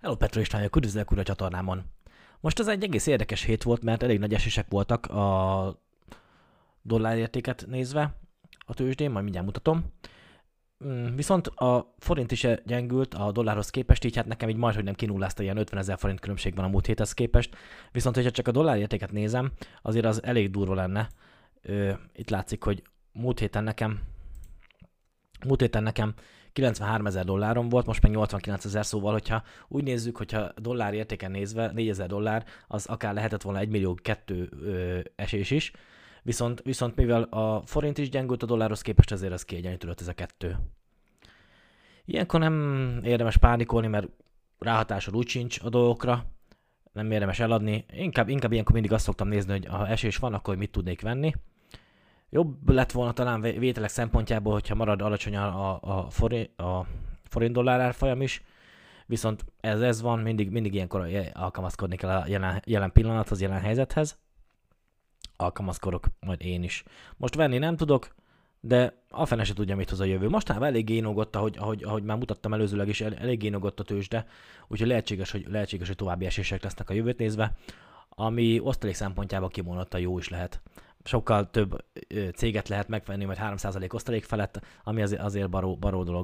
Hello, Petro István vagyok, üdvözlök újra a csatornámon. Most ez egy egész érdekes hét volt, mert elég nagy esések voltak a dollárértéket nézve a tőzsdén, majd mindjárt mutatom. Viszont a forint is gyengült a dollárhoz képest, így hát nekem így majdhogy nem kinullázta, ilyen 50 000 forint különbség van a múlt héthez képest. Viszont, hogyha csak a dollárértéket nézem, azért az elég durva lenne. Itt látszik, hogy múlt héten nekem 93 000 dollárom volt, most meg 89 000, szóval hogyha úgy nézzük, hogyha dollár értéken nézve 4000 dollár, az akár lehetett volna 1 millió 2 esés is, viszont mivel a forint is gyengült a dollárhoz képest, ezért az kiegyenlítődött ez a kettő. Ilyenkor nem érdemes pánikolni, mert ráhatásod úgy sincs a dolgokra, nem érdemes eladni. Inkább ilyenkor mindig azt szoktam nézni, hogy ha esés van, akkor mit tudnék venni. Jobb lett volna talán vételek szempontjából, hogyha marad alacsony a forint-dollár árfolyam is, viszont ez van, mindig ilyenkor alkalmazkodni kell a jelen pillanathoz, jelen helyzethez. Alkalmazkodok majd én is. Most venni nem tudok, de a fene se tudja, mit hoz a jövő. Mostanában elég génogott, ahogy már mutattam előzőleg is, elég génogott a tőzsde, úgyhogy lehetséges, hogy további esések lesznek a jövőt nézve, ami osztalék szempontjából kimondottan jó is lehet. Sokkal több céget lehet megvenni, majd 3% osztalék felett, ami azért baró dolog.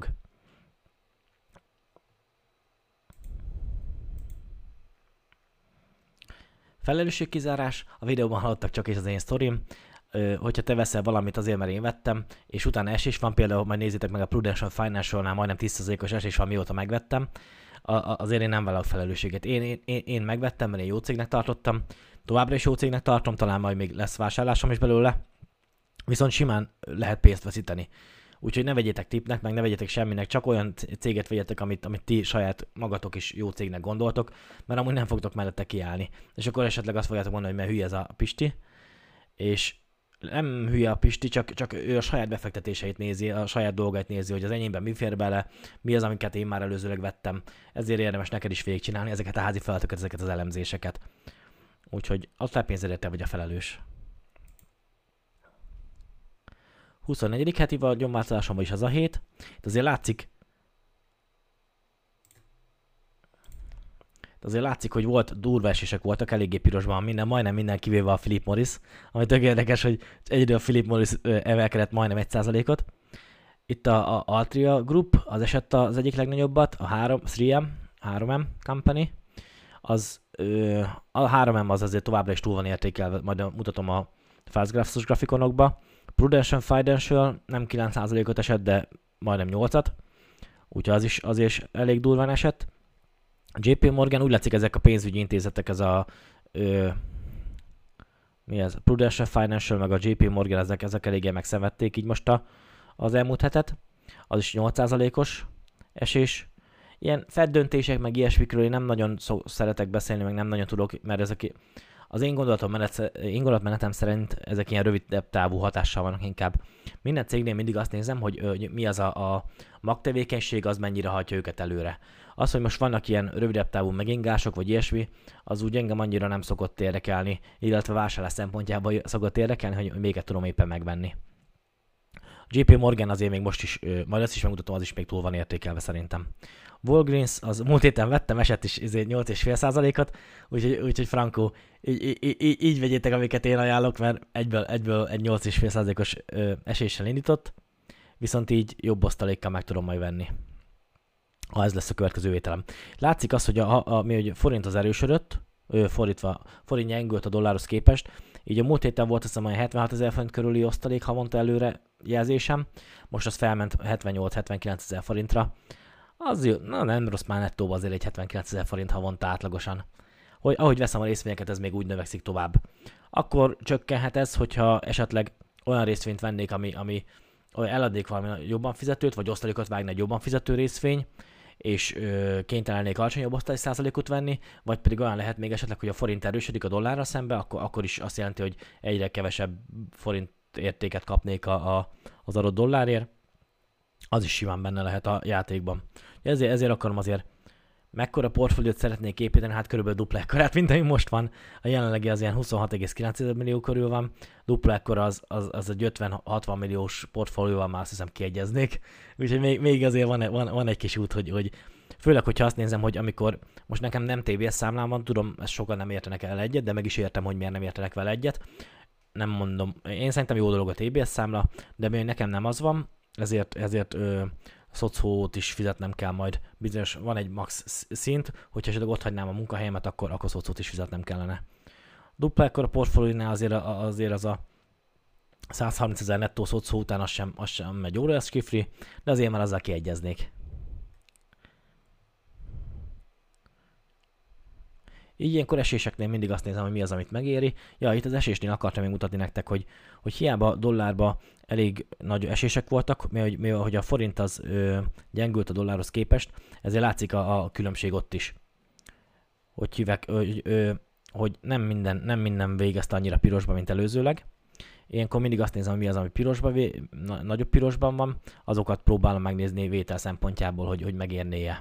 Felelősségkizárás, a videóban hallottak csak is az én sztorim, hogyha te veszel valamit azért, mert én vettem, és utána esés van, például majd nézzétek meg a Prudential Financial-nál majdnem 10%-os esés van, mióta megvettem, azért én nem vállalok felelősséget. Én megvettem, mert én jó cégnek tartottam, továbbra is jó cégnek tartom, talán majd még lesz vásárlásom is belőle, viszont simán lehet pénzt veszíteni. Úgyhogy ne vegyétek tipnek, meg ne vegyetek semminek, csak olyan céget vegyetek, amit ti saját magatok is jó cégnek gondoltok, mert amúgy nem fogtok mellette kiállni. És akkor esetleg azt fogjátok mondani, hogy mert hülye ez a Pisti, és nem hülye a Pisti, csak ő a saját befektetéseit nézi, a saját dolgait nézi, hogy az enyémben mi fér bele, mi az, amiket én már előzőleg vettem. Ezért érdemes neked is végigcsinálni ezeket a házi feladatokat, ezeket az elemzéseket. Úgyhogy azt pénzedért te vagy a felelős. 24. heti vagyonváltozásomban is az a hét. Itt azért látszik, hogy volt durva esések voltak, eléggé pirosban minden, majdnem minden kivéve a Philip Morris, ami tök érdekes, hogy egyedül a Philip Morris emelkedett majdnem 1%-ot. Itt a Altria Group, az esett az egyik legnagyobbat, a 3M Company, a 3M az azért továbbra is túl van értékelve, majd mutatom a Fast Graphs-os grafikonokba. Prudential Financial nem 9%-ot esett, de majdnem 8-at, úgyhogy az is elég durván esett. A JP Morgan, úgy látszik ezek a pénzügyi intézetek, ez a mi ez? Prudential Financial, meg a JP Morgan, ezek eléggé megszenvedték így most az elmúlt hetet. Az is 8%-os esés. Ilyen Fed döntések, meg ilyesmikről én nem nagyon szeretek beszélni, meg nem nagyon tudok, mert ezek az én gondolatmenetem szerint ezek ilyen rövidebb távú hatással vannak inkább. Minden cégnél mindig azt nézem, hogy mi az a magtevékenység, az mennyire hajtja őket előre. Az, hogy most vannak ilyen rövidebb távú megingások, vagy ilyesmi, az úgy engem annyira nem szokott érdekelni, illetve vásárlás szempontjából szokott érdekelni, hogy méget tudom éppen megvenni. A JP Morgan azért még most is, majd ezt is megmutatom, az is még túl van értékelve szerintem. Walgreens, az múlt héten vettem, esett is 8,5%-ot, úgyhogy frankó, így vegyétek, amiket én ajánlok, mert egyből egy 8,5%-os eséssel indított, viszont így jobb osztalékkal meg tudom majd venni, ha ez lesz a következő vételem. Látszik az, hogy hogy forint az erősödött, forint gyengült a dollárhoz képest, így a múlt héten volt azt hiszem, 76 000 forint körüli osztalék havonta előre jelzésem, most az felment 78-79 000 forintra. Az jó, nem rossz már nettóba azért egy 79 000 forint havonta átlagosan. Hogy ahogy veszem a részvényeket, ez még úgy növekszik tovább. Akkor csökkenhet ez, hogyha esetleg olyan részvényt vennék, ami eladnék valami jobban fizetőt, vagy osztalékot vágna egy jobban fizető részvény, és kénytelennék alacsonyabb osztalék százalékot venni, vagy pedig olyan lehet még esetleg, hogy a forint erősödik a dollárra szembe, akkor is azt jelenti, hogy egyre kevesebb forint értéket kapnék az adott dollárért. Az is simán benne lehet a játékban. Ezért akarom azért, mekkora portfóliót szeretnék építeni, hát körülbelül dupla ekkorát, mint ami most van. A jelenlegi az ilyen 26,9 millió körül van, dupla ekkora az egy 50-60 milliós portfólióval már azt hiszem kiegyeznék. Úgyhogy még azért van egy kis út, hogy Főleg, hogyha azt nézem, hogy amikor most nekem nem TBS számlám van, tudom, ezt sokan nem értenek el egyet, de meg is értem, hogy miért nem értenek vele egyet. Nem mondom, én szerintem jó dolog a TBS számla, de mivel nekem nem az van, ezért szocót is fizetnem kell majd. Bizonyos, van egy max szint, hogyha esetleg ott hagynám a munkahelyemet, akkor szocót is fizetnem kellene. Dupla ekkor a portfóliónál azért az a 130 000 nettó szocó után az sem megy jóra, ez kifri, de azért már azzal kiegyeznék. Így ilyenkor eséseknél mindig azt nézem, hogy mi az, amit megéri. Ja, itt az esésnél akartam még mutatni nektek, hogy hiába dollárba elég nagy esések voltak, mivel hogy a forint az gyengült a dollárhoz képest, ezért látszik a különbség ott is. Hogy hívek, hogy nem minden végezte annyira pirosba, mint előzőleg. Ilyenkor mindig azt nézem, hogy mi az, ami nagyobb pirosban van, azokat próbálom megnézni vétel szempontjából, hogy megérné-e.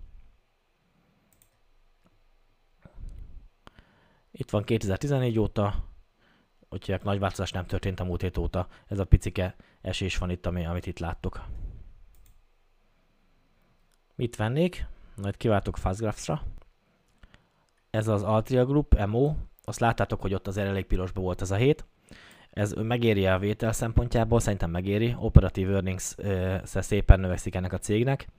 Itt van 2014 óta, úgyhogy nagy változás nem történt a múlt hét óta. Ez a picike esés van itt, amit itt láttok. Mit vennék? Majd kiváltok Fastgraphs-ra. Ez az Altria Group, MO. Azt láttátok, hogy ott az elég pirosba volt ez a hét. Ez megéri a vétel szempontjából, szerintem megéri. Operatív earnings szépen növekszik ennek a cégnek.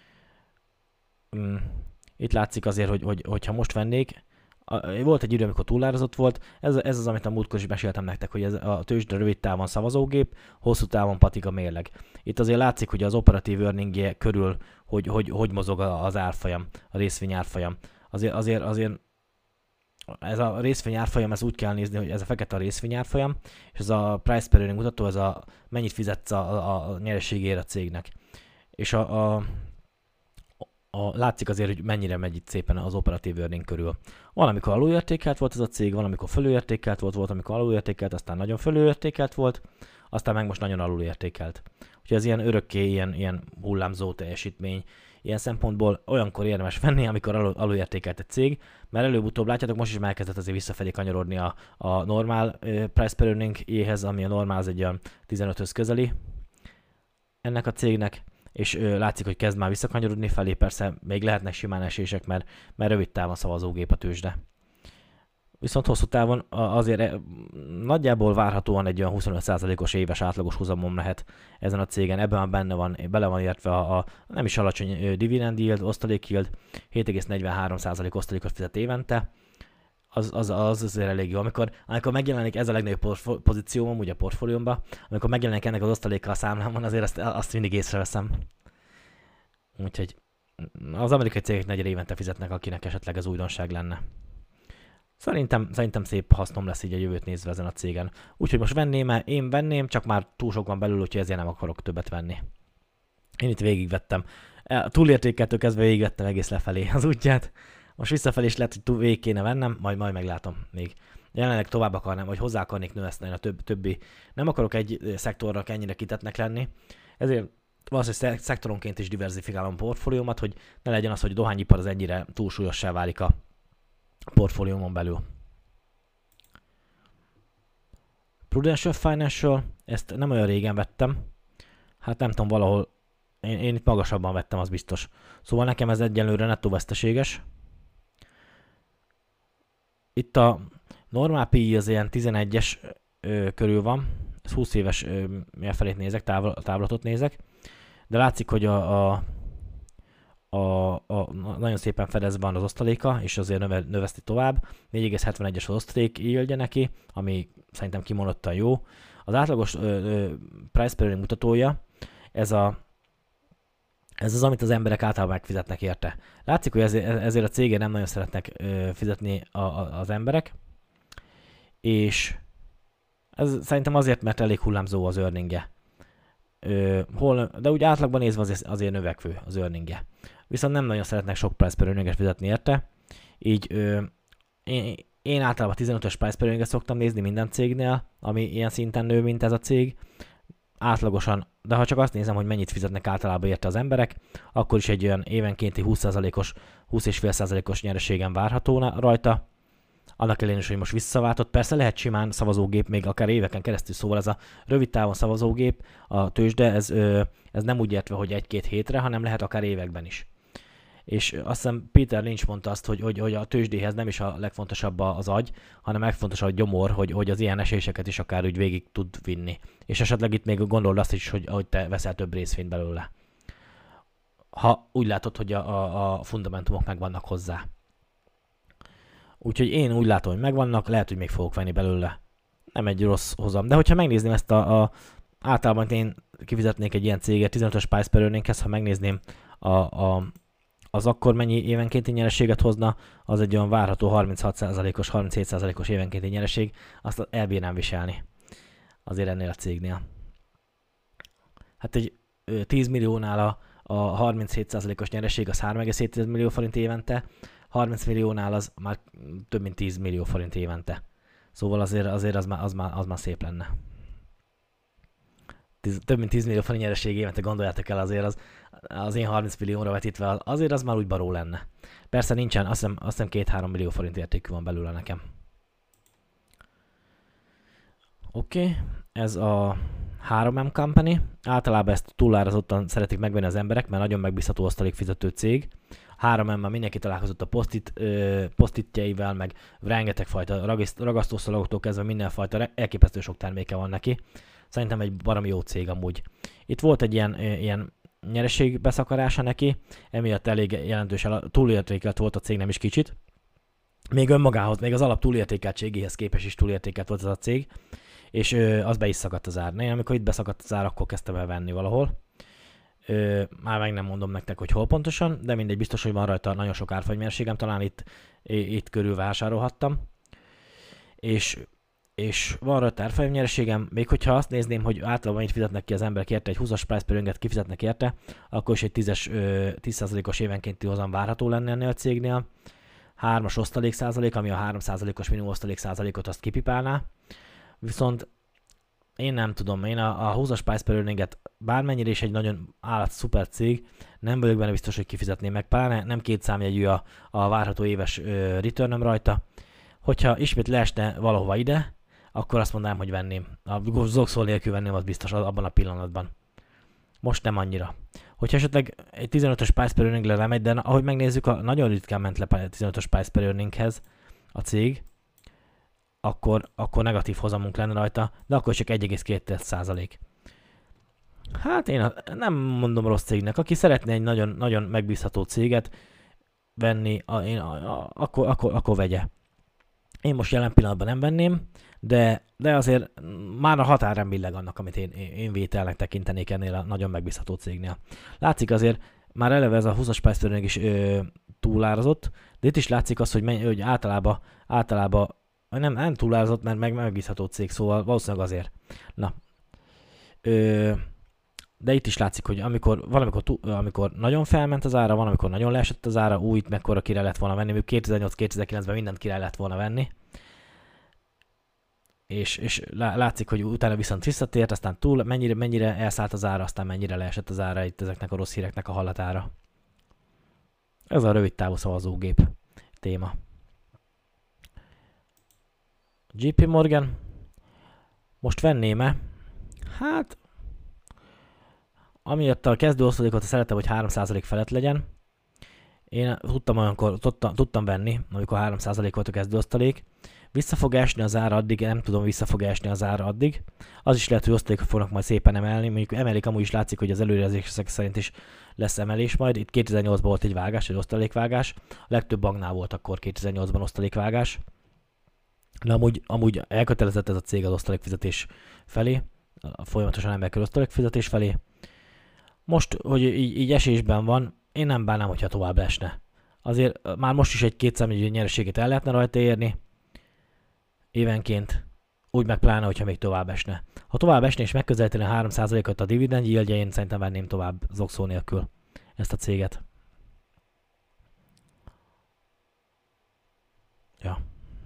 Itt látszik azért, hogyha most vennék, volt egy idő, amikor túlárazott volt, ez az, amit a múltkor is meséltem nektek, hogy ez a tőzsde rövid távon szavazógép, hosszú távon patika mérleg. Itt azért látszik, hogy az operatív earningje körül, hogy mozog az árfolyam, a részvény árfolyam. Azért ez a részvény árfolyam, ez úgy kell nézni, hogy ez a fekete a részvény árfolyam, és ez a price per earning mutató, ez mennyit fizetsz a nyereségére a cégnek. És látszik azért, hogy mennyire megy itt szépen az operatív earning körül. Van, amikor alulértékelt volt ez a cég, van, amikor fölülértékelt volt, amikor alulértékelt, aztán nagyon fölülértékelt volt, aztán meg most nagyon alulértékelt. Úgyhogy ez ilyen örökké, ilyen hullámzó teljesítmény. Ilyen szempontból olyankor érdemes venni, amikor alulértékelt egy cég, mert előbb-utóbb látjátok, most is már elkezdett azért visszafelé kanyarodni a normál price per earning-éhez, ami a normál az egy olyan 15-höz közeli ennek a cégnek, és látszik, hogy kezd már visszakanyarodni felé, persze még lehetnek simán esések, mert rövid távon szavazógép a tőzsde. Viszont hosszú távon azért nagyjából várhatóan egy olyan 25%-os éves átlagos húzamon lehet ezen a cégen. Ebben bele van értve a nem is alacsony dividend yield, osztalék yield, 7,43% osztalékot fizet évente. Az azért elég jó. Amikor megjelenik ez a legnagyobb pozícióm ugye a portfóliómban, amikor megjelenik ennek az osztalékkal a számlámon, azért azt mindig észreveszem. Úgyhogy az amerikai cégek negyed évente fizetnek, akinek esetleg ez újdonság lenne. Szerintem szép hasznom lesz így a jövőt nézve ezen a cégen. Úgyhogy most én venném, csak már túl sok van belül, úgyhogy ezért nem akarok többet venni. Én itt végigvettem. Túlértékeltől kezdve végigvettem egész lefelé az útját. Most visszafelé is lehet, hogy végig kéne vennem, majd meglátom még. Jelenleg tovább akarnám, vagy hozzá akarnék növeszteni a többi. Nem akarok egy szektorra ennyire kitetnek lenni, ezért valószínűleg szektoronként is diversifikálom a portfóliómat, hogy ne legyen az, hogy a dohányipar az ennyire túlsúlyossá válik a portfóliómon belül. Prudential Financial, ezt nem olyan régen vettem. Hát nem tudom, valahol én itt magasabban vettem, az biztos. Szóval nekem ez egyenlőre nettó veszteséges. Itt a normál PI az ilyen 11-es körül van. Ez 20 éves felét nézek, távlatot nézek. De látszik, hogy nagyon szépen fedezve van az osztaléka, és azért növeszti tovább. 4,71-es az osztalék yieldje neki, ami szerintem kimondottan jó. Az átlagos price per earning mutatója, ez az, amit az emberek általában megfizetnek érte. Látszik, hogy ezért a cégén nem nagyon szeretnek fizetni az emberek, és ez szerintem azért, mert elég hullámzó az earningje. De úgy átlagban nézve azért növekvő az earningje. Viszont nem nagyon szeretnek sok price per earninget fizetni érte, így én általában 15-ös price per earninget szoktam nézni minden cégnél, ami ilyen szinten nő, mint ez a cég. Átlagosan, de ha csak azt nézem, hogy mennyit fizetnek általában érte az emberek, akkor is egy olyan évenkénti 20,5%-os nyereségen várható rajta. Annak ellenére is, hogy most visszaváltott, persze lehet simán szavazógép még akár éveken keresztül, szóval ez a rövid távon szavazógép, a tőzsde, ez nem úgy értve, hogy 1-2 hétre, hanem lehet akár években is. És azt hiszem Peter Lynch mondta azt, hogy a tőzsdéhez nem is a legfontosabb az agy, hanem a legfontosabb a gyomor, hogy az ilyen eséseket is akár úgy végig tud vinni. És esetleg itt még gondold azt is, hogy te veszel több részvényt belőle. Ha úgy látod, hogy a fundamentumok megvannak hozzá. Úgyhogy én úgy látom, hogy megvannak, lehet, hogy még fogok venni belőle. Nem egy rossz hozam. De hogyha megnézném ezt általában én kifizetnék egy ilyen céget 15-ös price per earninghez, ha megnézném az akkor mennyi évenkénti nyereséget hozna, az egy olyan várható 36%-os, 37%-os évenkénti nyereség, azt elbírnám viselni azért ennél a cégnél. Hát egy 10 milliónál a 37%-os nyereség az 3,7 millió forint évente, 30 milliónál az már több mint 10 millió forint évente. Szóval azért az már szép lenne. Több mint 10 millió forint nyereség évente, gondoljátok el, azért az én 30 millióra vetítve, azért az már úgy baró lenne. Persze nincsen, azt hiszem 2-3 millió forint értékű van belőle nekem. Oké, ez a 3M Company. Általában ezt túlárazottan szeretik megvenni az emberek, mert nagyon megbízható osztalékfizető cég. 3M-ben mindenki találkozott a posztitjeivel, meg rengeteg fajta ragasztószalagoktól kezdve mindenfajta elképesztő sok terméke van neki. Szerintem egy baromi jó cég amúgy. Itt volt egy ilyen nyereségbeszakarása neki, emiatt elég jelentős túlértékelt volt a cég, nem is kicsit. Még önmagához, még az alap túlértékeltségéhez képest is túlértékelt volt ez a cég, és az be is szakadt az ár. Én amikor itt beszakadt az ár, akkor kezdtem el venni valahol. Már meg nem mondom nektek, hogy hol pontosan, de mindegy, biztos, hogy van rajta nagyon sok árfolyamnyereségem, talán itt körül vásárolhattam. És van rajta árfolyamnyereségem, még hogyha azt nézném, hogy általában itt fizetnek ki az emberek érte, egy 20-as price per earninget kifizetnek érte, akkor is egy 10%-os évenkénti hozam várható lenne ennél a cégnél. 3-as osztalék százalék, ami a 3%-os minimum osztalék százalékot azt kipipálná. Viszont én nem tudom, én a 20-as price per earninget bármennyire is egy nagyon szuper cég, nem vagyok benne biztos, hogy kifizetném meg, pláne nem két számjegyű a várható éves returnöm rajta. Hogyha ismét leesne valahova ide, akkor azt mondanám, hogy venném. A zokszól nélkül venném, az biztos abban a pillanatban. Most nem annyira. Hogyha esetleg egy 15-ös price per earning lemegy, de ahogy megnézzük, nagyon ritkán ment le 15-ös price per earninghez a cég, akkor negatív hozamunk lenne rajta, de akkor csak 1,2%. Hát én nem mondom rossz cégnek. Aki szeretne egy nagyon, nagyon megbízható céget venni, akkor vegye. Én most jelen pillanatban nem venném, de azért már a határán billeg annak, amit én vételnek tekintenék ennél a nagyon megbízható cégnél. Látszik azért, már eleve ez a 20-as price per earning is túlárazott, de itt is látszik az, hogy általában nem túlárazott, mert megbízható cég, szóval valószínűleg azért. Na. De itt is látszik, hogy amikor nagyon felment az ára, van, amikor nagyon leesett az ára, itt mekkora kire lett volna venni, még 2008-2009-ben mindent kire lett volna venni. És látszik, hogy utána viszont visszatért, aztán mennyire elszállt az ára, aztán mennyire leesett az ára itt ezeknek a rossz híreknek a hallatára. Ez a rövid távú szavazógép téma. JP Morgan. Most venném-e? Hát, amiatt a kezdő osztalékot szeretem, hogy 3% felett legyen. Én tudtam venni, amikor 3% volt a kezdő osztalék. Vissza fog esni az ára addig, nem tudom, vissza fog esni az ára addig. Az is lehet, hogy osztalékot fognak majd szépen emelni. Mondjuk emelik, amúgy is látszik, hogy az előrejelzések szerint is lesz emelés majd. Itt 2008-ban volt egy vágás, egy osztalékvágás. A legtöbb banknál volt akkor 2008-ban osztalékvágás. De amúgy elkötelezett ez a cég az osztalékfizetés felé. Folyamatosan emelkedő osztalékfizetés felé. Most, hogy így esésben van, én nem bánnám, hogyha tovább esne. Azért már most is egy 2 számjegyű nyereséget el lehetne rajta érni évenként, úgy meg pláne, hogyha még tovább esne. Ha tovább esne és megközelítene 3%-ot a dividend yieldje, én szerintem venném tovább zokszó nélkül ezt a céget. Ja.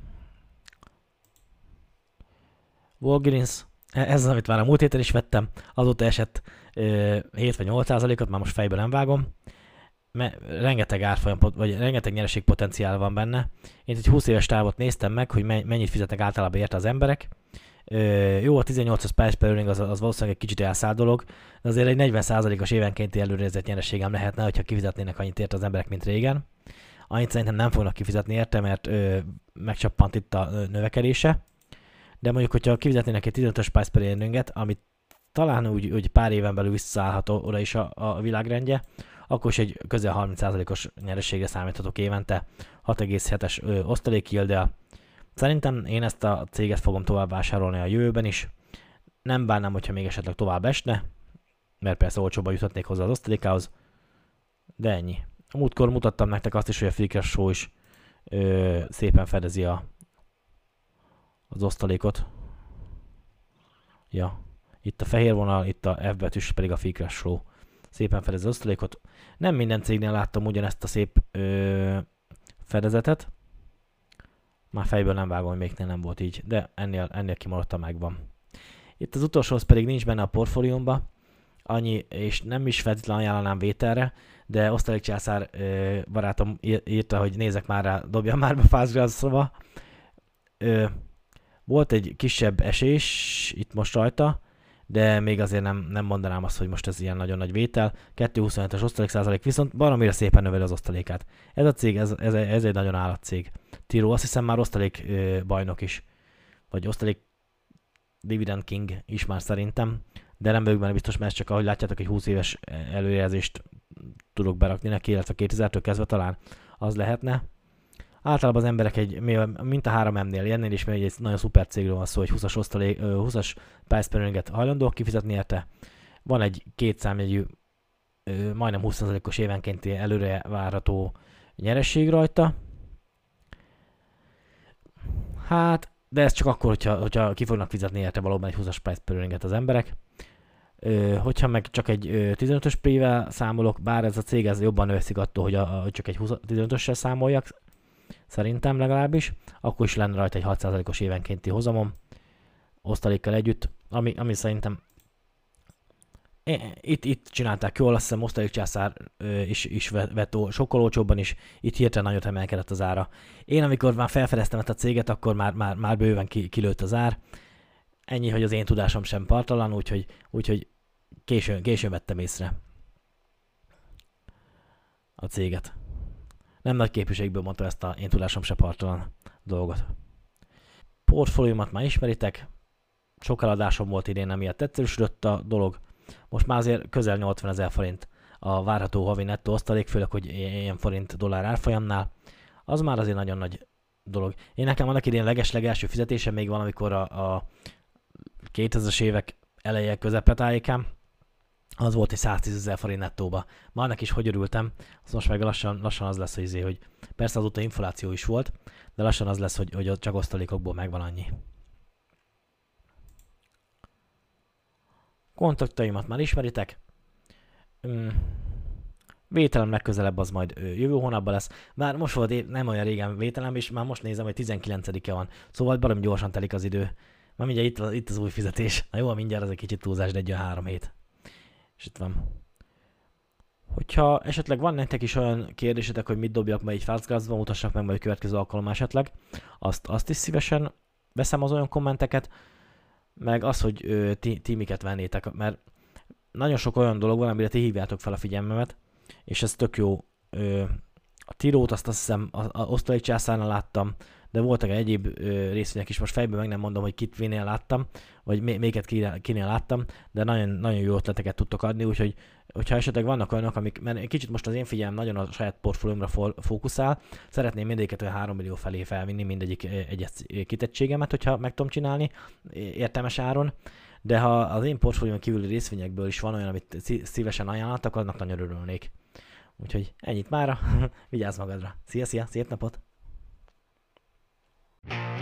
Walgreens, ez az, amit már a múlt héten is vettem, azóta esett 7 vagy 8%-ot, már most fejben nem vágom. Rengeteg árfolyam, vagy rengeteg nyereségpotenciál van benne. Én egy 20 éves távot néztem meg, hogy mennyit fizetnek általában érte az emberek. Jó, a 18-as price per earning az valószínűleg egy kicsit elszállt dolog, de azért egy 40%-os évenkénti előrejelzett nyerességem lehetne, hogyha kifizetnének annyit érte az emberek, mint régen. Annyit szerintem nem fognak kifizetni érte, mert megcsappant itt a növekedése. De mondjuk, hogyha kifizetnének egy 15-ös price per earninget, amit talán úgy pár éven belül visszaállható oda is a világrendje, akkor is egy közel 30%-os nyerességre számíthatok évente, 6,7-es osztalék yield-del. Szerintem én ezt a céget fogom tovább vásárolni a jövőben is. Nem bánnám, hogyha még esetleg tovább esne, mert persze olcsóban juthatnék hozzá az osztalékához, de ennyi. A múltkor mutattam nektek azt is, hogy a Free Cash Flow is szépen fedezi az osztalékot. Ja, itt a fehér vonal, itt a F betűs pedig a Free Cash Flow. Szépen fedezi az osztalékot. Nem minden cégnél láttam ugyanezt a szép fedezetet. Már fejből nem vágom, hogy melyiknél nem volt így, de ennél kimaradta megvan. Itt az utolsóhoz pedig nincs benne a portfóliómba, annyi, és nem is feltétlenül ajánlanám vételre, de Osztalék Császár barátom írta, hogy nézek már rá, dobjam már be Fastgraphs-ba. Volt egy kisebb esés itt most rajta, de még azért nem mondanám azt, hogy most ez ilyen nagyon nagy vétel. 2,25-es osztalék százalék, viszont baromira szépen növeli az osztalékát. Ez a cég, ez egy nagyon állatcég. Tiro, azt hiszem már osztalék bajnok is, vagy osztalék Dividend King is már szerintem, de nem vagyok benne biztos, mert csak ahogy látjátok, egy 20 éves előrejelzést tudok berakni neki, illetve 2000-től kezdve talán az lehetne. Általában az emberek mint a 3M-nél, ennél is egy nagyon szuper cégről van szó, hogy 20-as price per earninget hajlandóak kifizetni érte. Van egy kétszámjegyű, majdnem 20%-os évenkénti előre várható nyeresség rajta. Hát, de ez csak akkor, hogyha ki fognak fizetni érte valóban egy 20-as price per earninget az emberek. Hogyha meg csak egy 15-ös prével számolok, bár ez a cég ez jobban növekszik attól, hogy csak egy 15-össel számoljak, szerintem legalábbis, akkor is lenne rajta egy 6%-os évenkénti hozamom, osztalékkal együtt, ami szerintem itt csinálták jól, azt hiszem Osztalék Császár is vett sokkal olcsóbban is, itt hirtelen nagyot emelkedett az ára. Én amikor már felfedeztem ezt a céget, akkor már bőven kilőtt az ár. Ennyi, hogy az én tudásom sem partalan, úgyhogy későn vettem észre a céget. Nem nagy képviségből mondtam ezt a én tudásom sem partalan dolgot. Portfóliómat már ismeritek, sok eladásom volt idén, emiatt egyszerűsödött a dolog. Most már azért közel 80 000 forint a várható havi nettó osztalék, főleg, hogy ilyen forint-dollár árfolyamnál. Az már azért nagyon nagy dolog. Én nekem annak idén leges-legelső fizetésem még valamikor a 2000-es évek eleje közepetájékán, az volt egy 110 000 forint nettóba. Már annak is hogy örültem, az most meg lassan az lesz, hogy persze azóta infláció is volt, de lassan az lesz, hogy csak osztalékokból megvan annyi. Kontaktaimat már ismeritek. Vételem legközelebb az majd jövő hónapban lesz. Már most volt nem olyan régen vételem, és már most nézem, hogy 19-e van. Szóval baromi gyorsan telik az idő. Már mindjárt itt az új fizetés. Na jó, mindjárt az egy kicsit túlzás, de egy olyan 3 hét. És itt van. Hogyha esetleg van nektek is olyan kérdésetek, hogy mit dobjak majd egy Fastgraphs-ba, mutassak meg majd a következő alkalom esetleg, azt is szívesen veszem az olyan kommenteket, meg az, hogy ti miket vennétek, mert nagyon sok olyan dolog van, amire ti hívjátok fel a figyelmemet, és ez tök jó. A Tirót azt hiszem a Osztalék Császárnál láttam, de voltak egyéb részvények is, most fejből meg nem mondom, hogy kit vinél láttam, vagy melyiket kinél láttam, de nagyon, nagyon jó ötleteket tudtok adni, úgyhogy hogyha esetleg vannak olyanok, mert kicsit most az én figyelmem nagyon a saját portfóliómra fókuszál, szeretném mindegyiket olyan 3 millió felé felvinni mindegyik egyes kitettségemet, hogyha meg tudom csinálni értelmes áron, de ha az én portfólión kívüli részvényekből is van olyan, amit szívesen ajánlottak, annak nagyon örülnék. Úgyhogy ennyit mára, vigyázz magadra. Szia, szép napot!